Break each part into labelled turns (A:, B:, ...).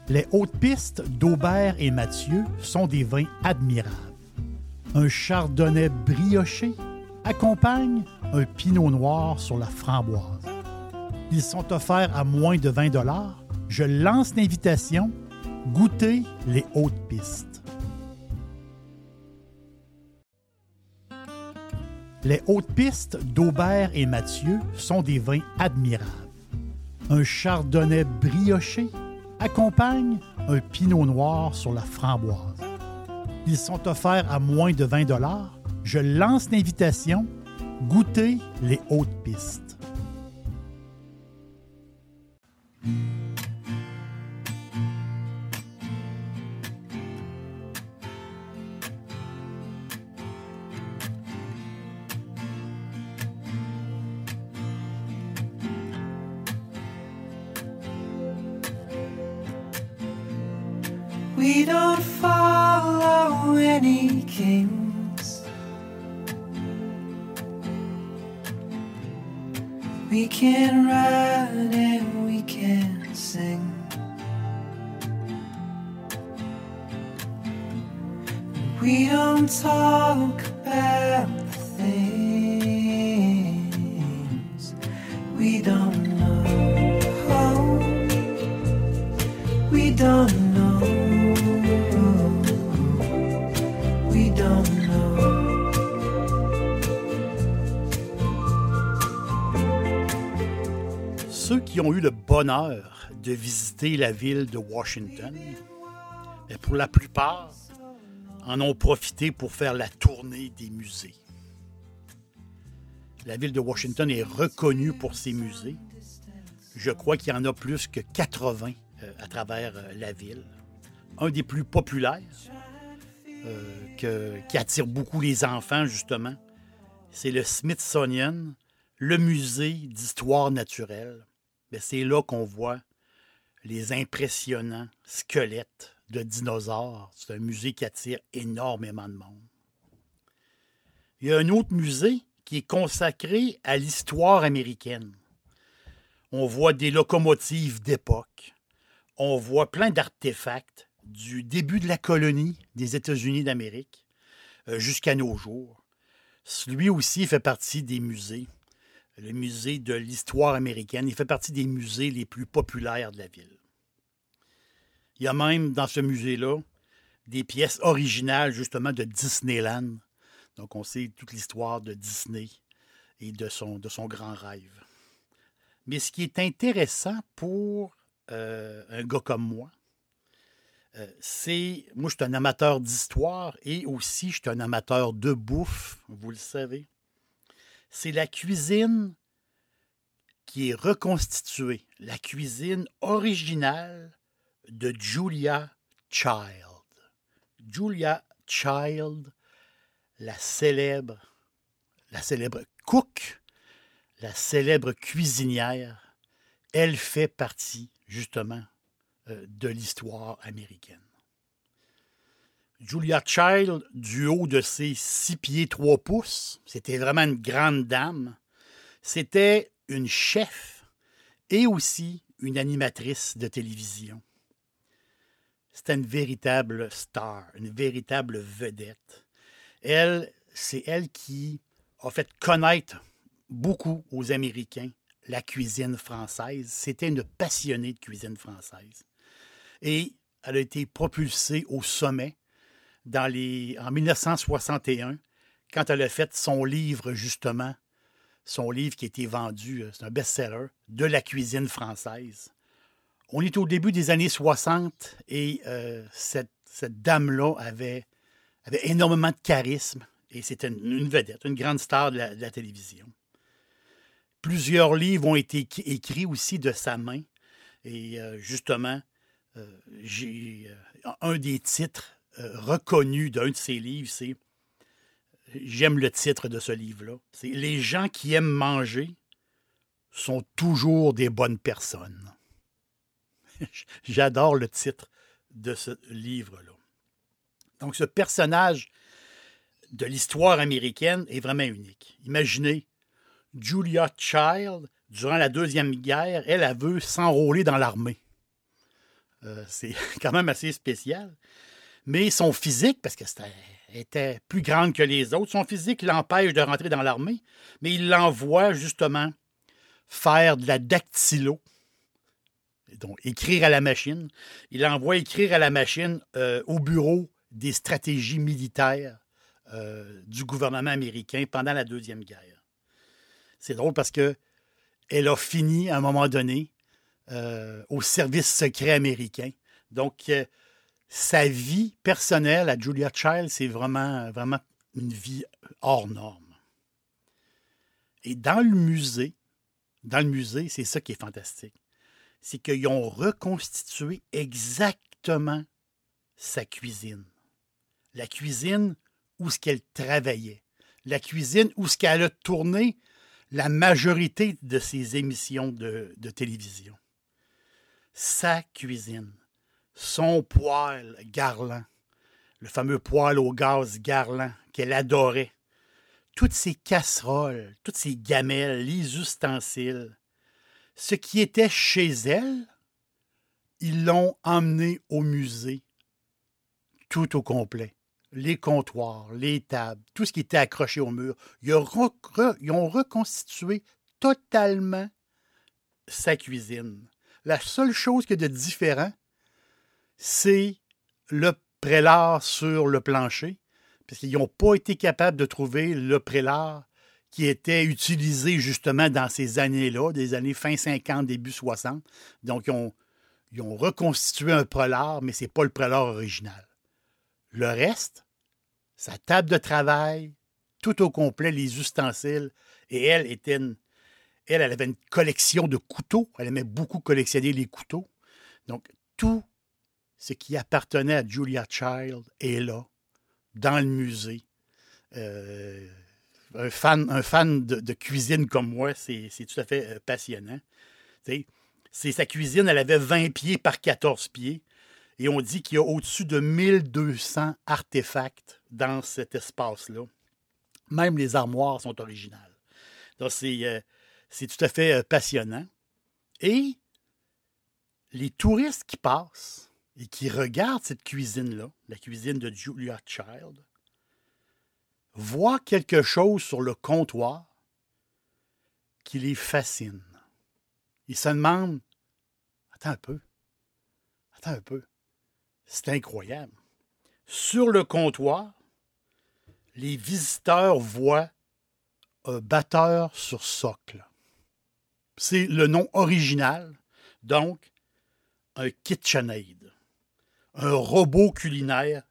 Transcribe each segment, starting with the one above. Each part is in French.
A: Les hautes pistes d'Aubert et Mathieu sont des vins admirables. Un chardonnay brioché accompagne un pinot noir sur la framboise. Ils sont offerts à moins de 20 $. Je lance l'invitation. Goûtez les hautes pistes. Les hautes pistes d'Aubert et Mathieu sont des vins admirables. Un chardonnay brioché accompagne un pinot noir sur la framboise. Ils sont offerts à moins de 20 $. Je lance l'invitation. Goûtez les hautes pistes.
B: We don't follow any kings. We can ride and we can sing. We don't talk about the things we don't know. We don't know. We don't know.
A: Ceux qui ont eu le bonheur de visiter la ville de Washington, mais pour la plupart, en ont profité pour faire la tournée des musées. La ville de Washington est reconnue pour ses musées. Je crois qu'il y en a plus que 80 à travers la ville. Un des plus populaires, qui attire beaucoup les enfants, justement, c'est le Smithsonian, le musée d'histoire naturelle. Bien, c'est là qu'on voit les impressionnants squelettes de dinosaures. C'est un musée qui attire énormément de monde. Il y a un autre musée qui est consacré à l'histoire américaine. On voit des locomotives d'époque. On voit plein d'artefacts du début de la colonie des États-Unis d'Amérique jusqu'à nos jours. Lui aussi fait partie des musées. Le musée de l'histoire américaine. Il fait partie des musées les plus populaires de la ville. Il y a même dans ce musée-là des pièces originales justement de Disneyland. Donc on sait toute l'histoire de Disney et de son grand rêve. Mais ce qui est intéressant pour un gars comme moi, moi je suis un amateur d'histoire et aussi je suis un amateur de bouffe, vous le savez. C'est la cuisine qui est reconstituée, la cuisine originale de Julia Child. Julia Child, la célèbre cook, la célèbre cuisinière, elle fait partie, justement, de l'histoire américaine. Julia Child, du haut de ses 6 pieds 3 pouces, c'était vraiment une grande dame. C'était une chef et aussi une animatrice de télévision. C'était une véritable star, une véritable vedette. C'est elle qui a fait connaître beaucoup aux Américains la cuisine française. C'était une passionnée de cuisine française. Et elle a été propulsée au sommet en 1961, quand elle a fait son livre, justement, son livre qui a été vendu, c'est un best-seller, de la cuisine française. On est au début des années 60 et cette dame-là avait énormément de charisme et c'était une vedette, une grande star de la télévision. Plusieurs livres ont été écrits aussi de sa main et justement, j'ai un des titres reconnus d'un de ses livres, c'est, j'aime le titre de ce livre-là, c'est « Les gens qui aiment manger sont toujours des bonnes personnes ». J'adore le titre de ce livre-là. Donc, ce personnage de l'histoire américaine est vraiment unique. Imaginez, Julia Child, durant la Deuxième Guerre, elle veut s'enrôler dans l'armée. C'est quand même assez spécial. Mais son physique, parce que était plus grande que les autres, son physique l'empêche de rentrer dans l'armée, mais il l'envoie justement faire de la dactylo, donc écrire à la machine. Il l'envoie écrire à la machine au bureau des stratégies militaires du gouvernement américain pendant la Deuxième Guerre. C'est drôle parce que elle a fini à un moment donné au service secret américain. Donc, sa vie personnelle à Julia Child, c'est vraiment, vraiment une vie hors norme. Et dans le musée, c'est ça qui est fantastique. C'est qu'ils ont reconstitué exactement sa cuisine. La cuisine où ce qu'elle travaillait. La cuisine où ce qu'elle a tourné la majorité de ses émissions de télévision. Sa cuisine. Son poêle Garland, le fameux poêle au gaz Garland qu'elle adorait. Toutes ses casseroles, toutes ses gamelles, les ustensiles, ce qui était chez elle, ils l'ont emmené au musée, tout au complet. Les comptoirs, les tables, tout ce qui était accroché au mur. Ils ont reconstitué totalement sa cuisine. La seule chose qu'il y a de différent, c'est le prélat sur le plancher, parce qu'ils n'ont pas été capables de trouver le prélat qui était utilisé justement dans ces années-là, des années fin 50, début 60. Donc, ils ont reconstitué un prélat, mais ce n'est pas le prélat original. Le reste, sa table de travail, tout au complet, les ustensiles, et elle avait une collection de couteaux. Elle aimait beaucoup collectionner les couteaux. Donc, tout ce qui appartenait à Julia Child est là, dans le musée. Un fan de cuisine comme moi, c'est tout à fait passionnant. C'est sa cuisine, elle avait 20 pieds par 14 pieds. Et on dit qu'il y a au-dessus de 1200 artefacts dans cet espace-là. Même les armoires sont originales. Donc, c'est tout à fait passionnant. Et les touristes qui passent et qui regardent cette cuisine-là, la cuisine de Julia Child, voient quelque chose sur le comptoir qui les fascine. Ils se demandent, attends un peu, c'est incroyable. Sur le comptoir, les visiteurs voient un batteur sur socle. C'est le nom original, donc un KitchenAid, un robot culinaire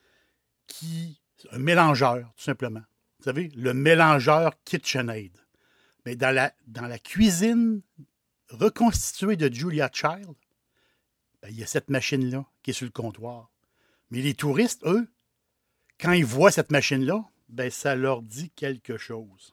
A: un mélangeur, tout simplement. Vous savez, le mélangeur KitchenAid. Mais dans la cuisine reconstituée de Julia Child, il y a cette machine-là qui est sur le comptoir. Mais les touristes, eux, quand ils voient cette machine-là, ça leur dit quelque chose.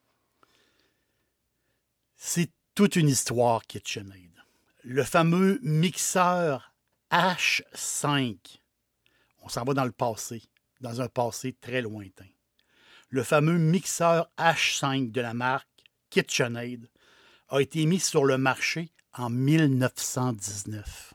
A: C'est toute une histoire, KitchenAid. Le fameux mixeur H5, on s'en va dans le passé, dans un passé très lointain. Le fameux mixeur H5 de la marque KitchenAid a été mis sur le marché en 1919.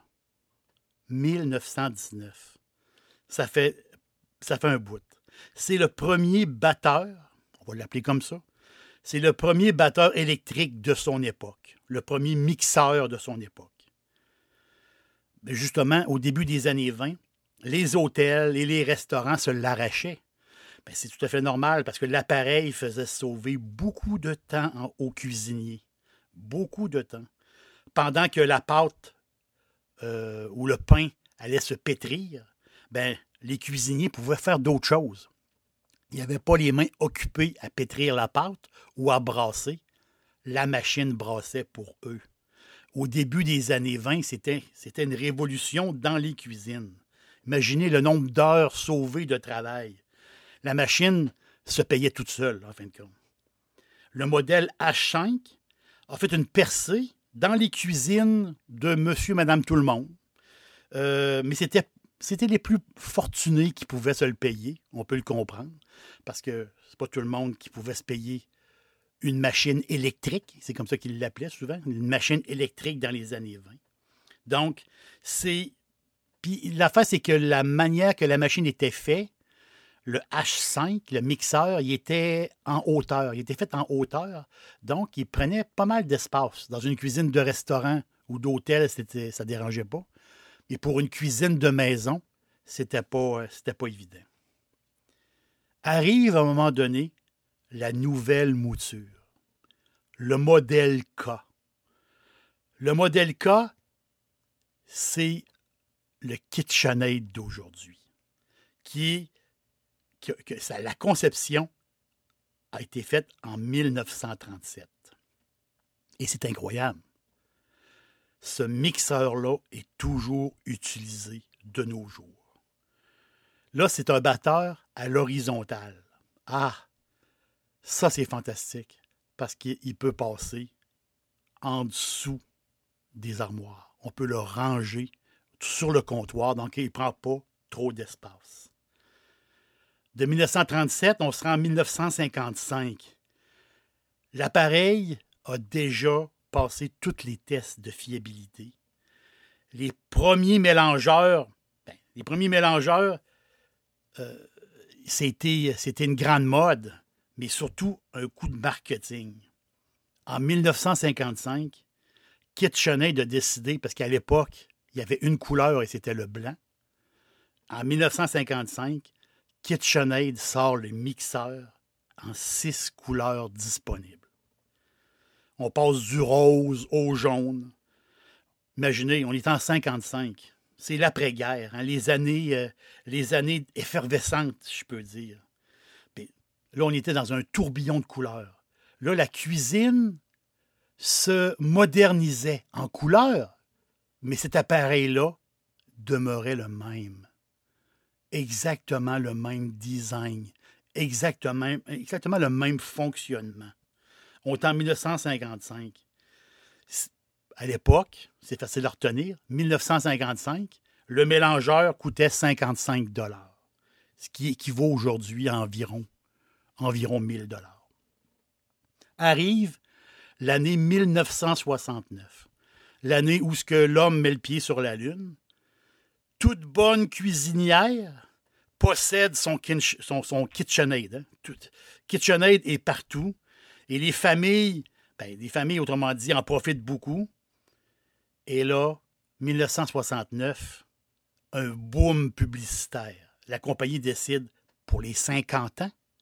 A: 1919. Ça fait un bout. C'est le premier batteur, on va l'appeler comme ça, c'est le premier batteur électrique de son époque, le premier mixeur de son époque. Mais justement, au début des années 20, les hôtels et les restaurants se l'arrachaient. C'est tout à fait normal parce que l'appareil faisait sauver beaucoup de temps aux cuisiniers. Beaucoup de temps. Pendant que la pâte ou le pain allait se pétrir, les cuisiniers pouvaient faire d'autres choses. Ils n'avaient pas les mains occupées à pétrir la pâte ou à brasser. La machine brassait pour eux. Au début des années 20, c'était une révolution dans les cuisines. Imaginez le nombre d'heures sauvées de travail. La machine se payait toute seule, en fin de compte. Le modèle H5 a fait une percée dans les cuisines de monsieur, madame, tout le monde. Mais c'était les plus fortunés qui pouvaient se le payer. On peut le comprendre. Parce que c'est pas tout le monde qui pouvait se payer une machine électrique. C'est comme ça qu'ils l'appelaient souvent. Une machine électrique dans les années 20. Donc, Puis l'affaire, c'est que la manière que la machine était faite, le H5, le mixeur, il était en hauteur. Il était fait en hauteur. Donc, il prenait pas mal d'espace. Dans une cuisine de restaurant ou d'hôtel, ça ne dérangeait pas. Et pour une cuisine de maison, c'était pas évident. Arrive à un moment donné la nouvelle mouture, le modèle K. Le modèle K, c'est le KitchenAid d'aujourd'hui, la conception a été faite en 1937. Et c'est incroyable. Ce mixeur-là est toujours utilisé de nos jours. Là, c'est un batteur à l'horizontale. Ah, ça, c'est fantastique parce qu'il peut passer en dessous des armoires. On peut le ranger sur le comptoir, donc il ne prend pas trop d'espace. De 1937, on sera en 1955. L'appareil a déjà passé tous les tests de fiabilité. Les premiers mélangeurs, c'était une grande mode, mais surtout un coup de marketing. En 1955, KitchenAid a décidé, parce qu'à l'époque, il y avait une couleur et c'était le blanc. En 1955, KitchenAid sort le mixeur en 6 couleurs disponibles. On passe du rose au jaune. Imaginez, on est en 55. C'est l'après-guerre, hein, les années effervescentes, je peux dire. Puis, là, on était dans un tourbillon de couleurs. Là, la cuisine se modernisait en couleurs, mais cet appareil-là demeurait le même. Exactement le même design, exactement le même fonctionnement. On est en 1955. À l'époque, c'est facile à retenir, 1955, le mélangeur coûtait 55 $, ce qui équivaut aujourd'hui à environ 1000 $. Arrive l'année 1969, l'année où l'homme met le pied sur la Lune. Toute bonne cuisinière possède son KitchenAid. Hein. KitchenAid est partout. Et les familles, autrement dit, en profitent beaucoup. Et là, 1969, un boom publicitaire. La compagnie décide, pour les 50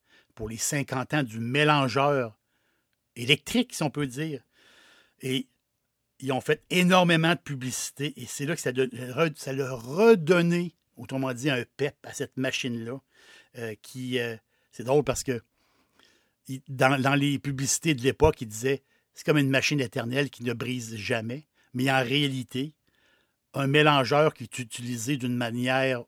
A: ans du mélangeur électrique, si on peut dire. Et ils ont fait énormément de publicité et c'est là que ça leur a redonné, autrement dit, un pep à cette machine-là. C'est drôle parce que dans les publicités de l'époque, ils disaient c'est comme une machine éternelle qui ne brise jamais. Mais en réalité, un mélangeur qui est utilisé d'une manière,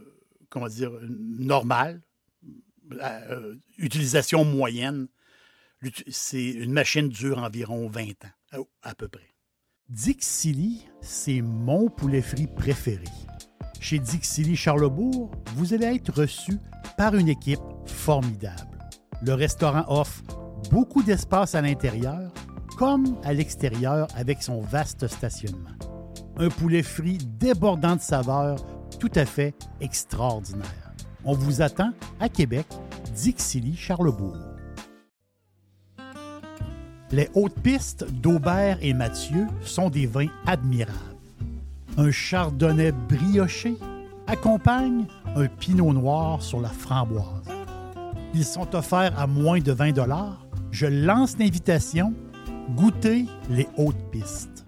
A: normale, utilisation moyenne, c'est une machine dure environ 20 ans, à peu près. Dixili, c'est mon poulet frit préféré. Chez Dixili Charlebourg, vous allez être reçu par une équipe formidable. Le restaurant offre beaucoup d'espace à l'intérieur comme à l'extérieur avec son vaste stationnement. Un poulet frit débordant de saveurs, tout à fait extraordinaire. On vous attend à Québec, Dixili Charlebourg. Les hautes pistes d'Aubert et Mathieu sont des vins admirables. Un chardonnay brioché accompagne un pinot noir sur la framboise. Ils sont offerts à moins de 20 $. Je lance l'invitation. Goûtez les hautes pistes.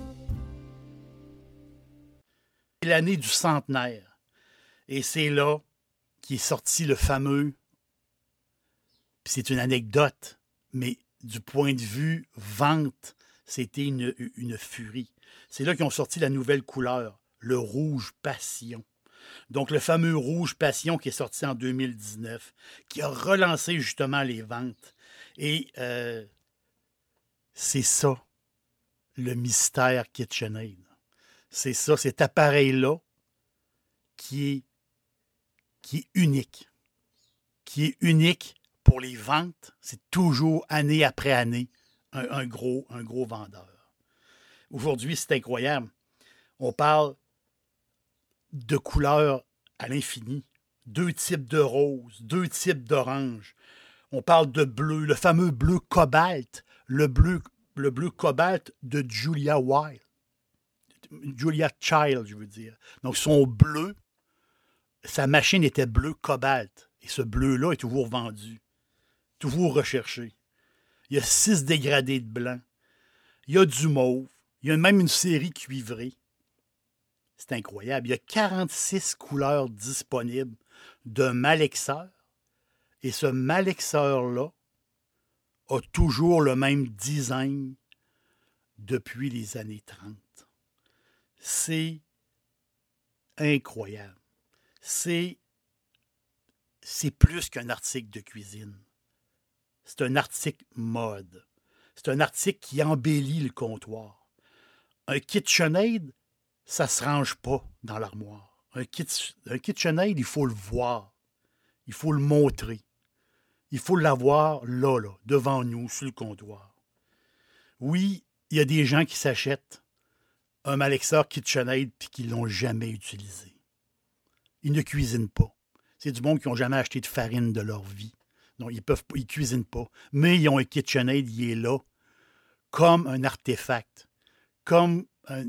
A: C'est l'année du centenaire. Et c'est là qu'est sorti le fameux... Puis c'est une anecdote, mais du point de vue vente, c'était une furie. C'est là qu'ils ont sorti la nouvelle couleur, le rouge passion. Donc, le fameux rouge passion qui est sorti en 2019, qui a relancé justement les ventes. Et c'est ça, le mystère KitchenAid. C'est ça, cet appareil-là qui est unique. Qui est unique pour les ventes. C'est toujours, année après année, un gros vendeur. Aujourd'hui, c'est incroyable. On parle de couleurs à l'infini. 2 types de rose, 2 types d'orange. On parle de bleu, le fameux bleu cobalt, le bleu cobalt de Julia Wild. Julia Child, je veux dire. Donc, son bleu, sa machine était bleu cobalt. Et ce bleu-là est toujours vendu, toujours recherché. Il y a 6 dégradés de blanc. Il y a du mauve. Il y a même une série cuivrée. C'est incroyable. Il y a 46 couleurs disponibles de malexeur. Et ce malexeur-là a toujours le même design depuis les années 30. C'est incroyable. C'est plus qu'un article de cuisine. C'est un article mode. C'est un article qui embellit le comptoir. Un KitchenAid, ça ne se range pas dans l'armoire. Un KitchenAid, il faut le voir. Il faut le montrer. Il faut l'avoir là, devant nous, sur le comptoir. Oui, il y a des gens qui s'achètent un malexeur KitchenAid et qui ne l'ont jamais utilisé. Ils ne cuisinent pas. C'est du monde qui n'ont jamais acheté de farine de leur vie. Donc, ils ne cuisinent pas. Mais ils ont un KitchenAid, il est là, comme un artefact, comme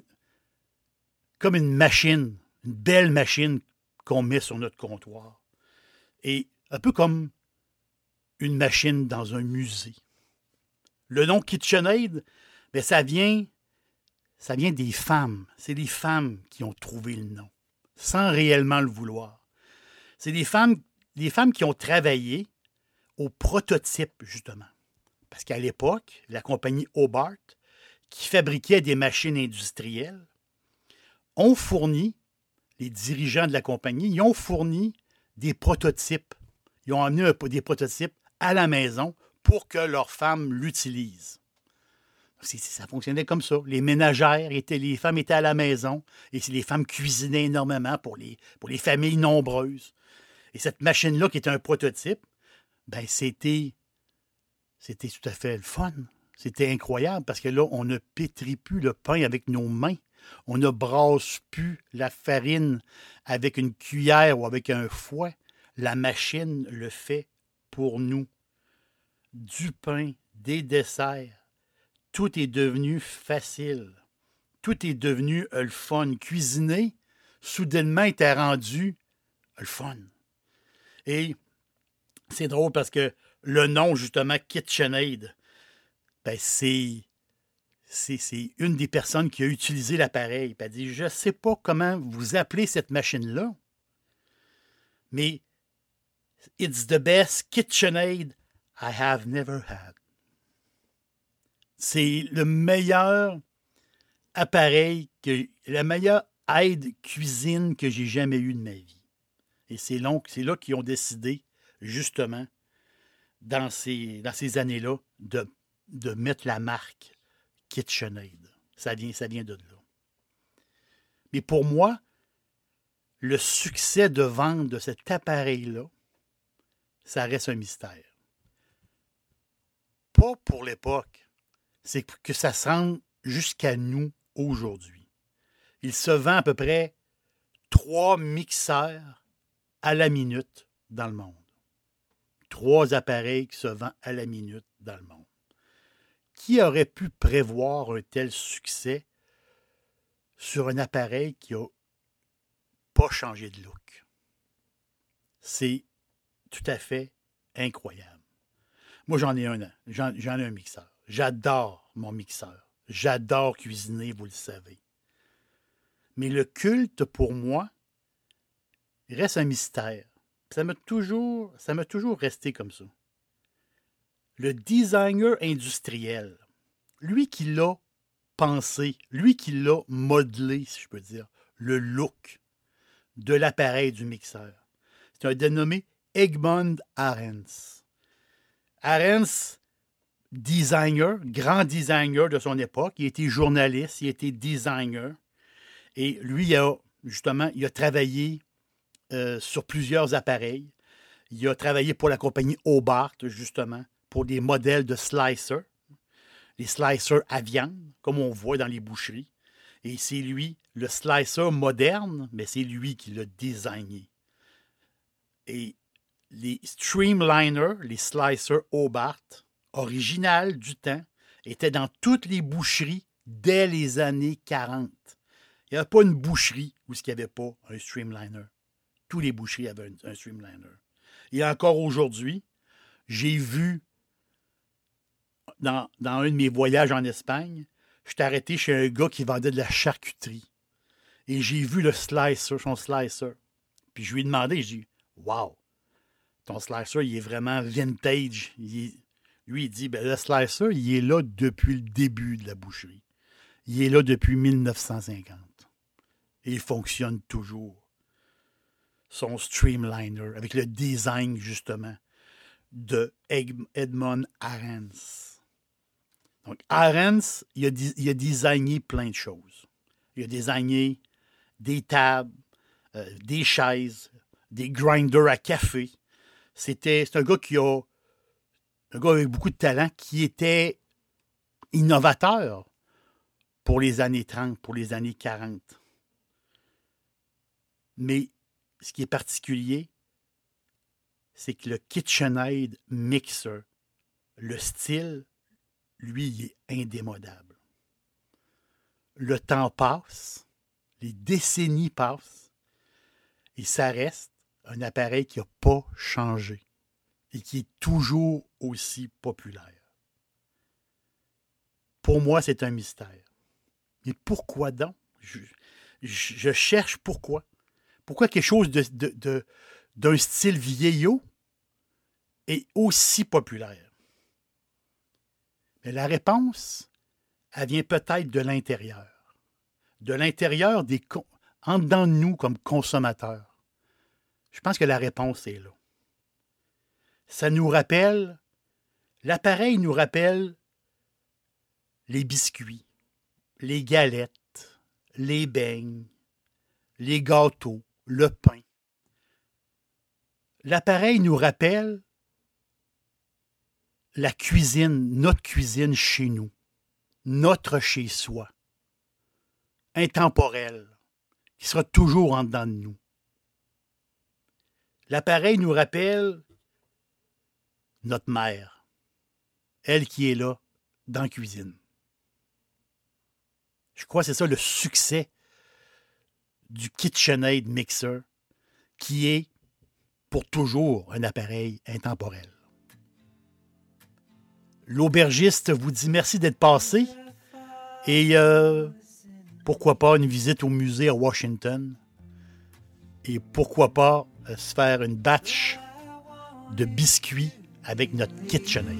A: une machine, une belle machine qu'on met sur notre comptoir. Et un peu comme une machine dans un musée. Le nom KitchenAid, bien, ça vient des femmes. C'est les femmes qui ont trouvé le nom, sans réellement le vouloir. C'est des femmes qui ont travaillé au prototype, justement. Parce qu'à l'époque, la compagnie Hobart, qui fabriquait des machines industrielles, ont fourni, les dirigeants de la compagnie, ils ont fourni des prototypes. Ils ont amené des prototypes à la maison pour que leurs femmes l'utilisent. Ça fonctionnait comme ça. Les ménagères, les femmes étaient à la maison et les femmes cuisinaient énormément pour les familles nombreuses. Et cette machine-là, qui était un prototype, ben c'était tout à fait le fun. C'était incroyable parce que là, on ne pétrit plus le pain avec nos mains. On ne brasse plus la farine avec une cuillère ou avec un fouet. La machine le fait pour nous. Du pain, des desserts. Tout est devenu facile. Tout est devenu le fun. Cuisiner, soudainement, était rendu le fun. Et c'est drôle parce que le nom, justement, KitchenAid, ben c'est une des personnes qui a utilisé l'appareil. Elle a dit, je ne sais pas comment vous appelez cette machine-là, mais it's the best KitchenAid I have never had. C'est le meilleur appareil, la meilleure aide cuisine que j'ai jamais eue de ma vie. Et c'est là qu'ils ont décidé, justement, dans ces années-là, de mettre la marque KitchenAid. Ça vient de là. Mais pour moi, le succès de vente de cet appareil-là, ça reste un mystère. Pas pour l'époque. C'est que ça se rende jusqu'à nous aujourd'hui. Il se vend à peu près 3 mixeurs à la minute dans le monde. 3 appareils qui se vendent à la minute dans le monde. Qui aurait pu prévoir un tel succès sur un appareil qui n'a pas changé de look? C'est tout à fait incroyable. Moi, j'en ai un mixeur. J'adore mon mixeur. J'adore cuisiner, vous le savez. Mais le culte, pour moi, reste un mystère. Ça m'a toujours resté comme ça. Le designer industriel, lui qui l'a pensé, lui qui l'a modelé, si je peux dire, le look de l'appareil du mixeur, c'est un dénommé Egmont Arends. Arends, designer, grand designer de son époque, il était journaliste, il était designer, et lui, il a travaillé sur plusieurs appareils. Il a travaillé pour la compagnie Hobart, justement, pour des modèles de slicers, les slicers à viande, comme on voit dans les boucheries. Et c'est lui, le slicer moderne, mais c'est lui qui l'a designé. Et les streamliners, les slicers Hobart, originales du temps, étaient dans toutes les boucheries dès les années 40. Il n'y avait pas une boucherie où il n'y avait pas un streamliner. Tous les boucheries avaient un streamliner. Et encore aujourd'hui, j'ai vu, dans un de mes voyages en Espagne, je suis arrêté chez un gars qui vendait de la charcuterie. Et j'ai vu le slicer, son slicer. Puis je lui ai demandé, je dis, « Wow, ton slicer, il est vraiment vintage. » Lui, il dit, « Ben le slicer, il est là depuis le début de la boucherie. Il est là depuis 1950. Et il fonctionne toujours. » Son streamliner, avec le design, justement, de Edmond Arens. Donc, Arens, il a designé plein de choses. Il a designé des tables, des chaises, des grinders à café. C'est un gars un gars avec beaucoup de talent qui était innovateur pour les années 30, pour les années 40. Mais ce qui est particulier, c'est que le KitchenAid Mixer, le style, lui, il est indémodable. Le temps passe, les décennies passent, et ça reste un appareil qui n'a pas changé et qui est toujours aussi populaire. Pour moi, c'est un mystère. Mais pourquoi donc? Je cherche pourquoi. Pourquoi quelque chose d'un style vieillot est aussi populaire? Mais la réponse, elle vient peut-être de l'intérieur. De l'intérieur en dedans de nous comme consommateurs. Je pense que la réponse est là. Ça nous rappelle, l'appareil nous rappelle les biscuits, les galettes, les beignes, les gâteaux, le pain. L'appareil nous rappelle la cuisine, notre cuisine chez nous, notre chez-soi, intemporel, qui sera toujours en dedans de nous. L'appareil nous rappelle notre mère, elle qui est là, dans la cuisine. Je crois que c'est ça le succès du KitchenAid Mixer, qui est pour toujours un appareil intemporel. L'aubergiste vous dit merci d'être passé et pourquoi pas une visite au musée à Washington et pourquoi pas se faire une batch de biscuits avec notre KitchenAid.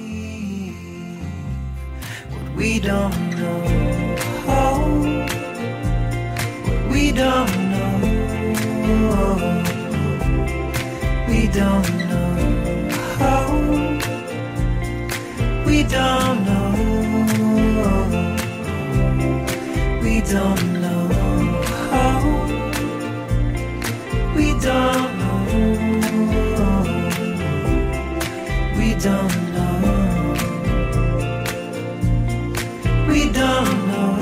B: What we don't know, what we don't know, we don't know, we don't know, we don't know, we don't know, we don't know, we don't know.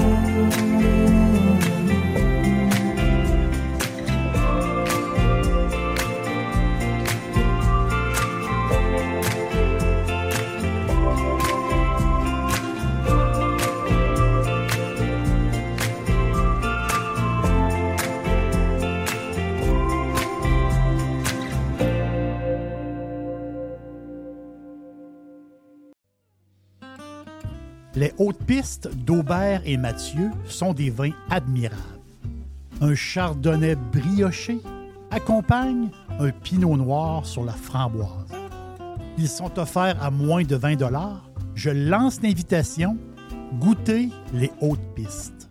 A: Les hautes pistes d'Aubert et Mathieu sont des vins admirables. Un chardonnay brioché accompagne un pinot noir sur la framboise. Ils sont offerts à moins de 20 $. Je lance l'invitation. Goûtez les hautes pistes.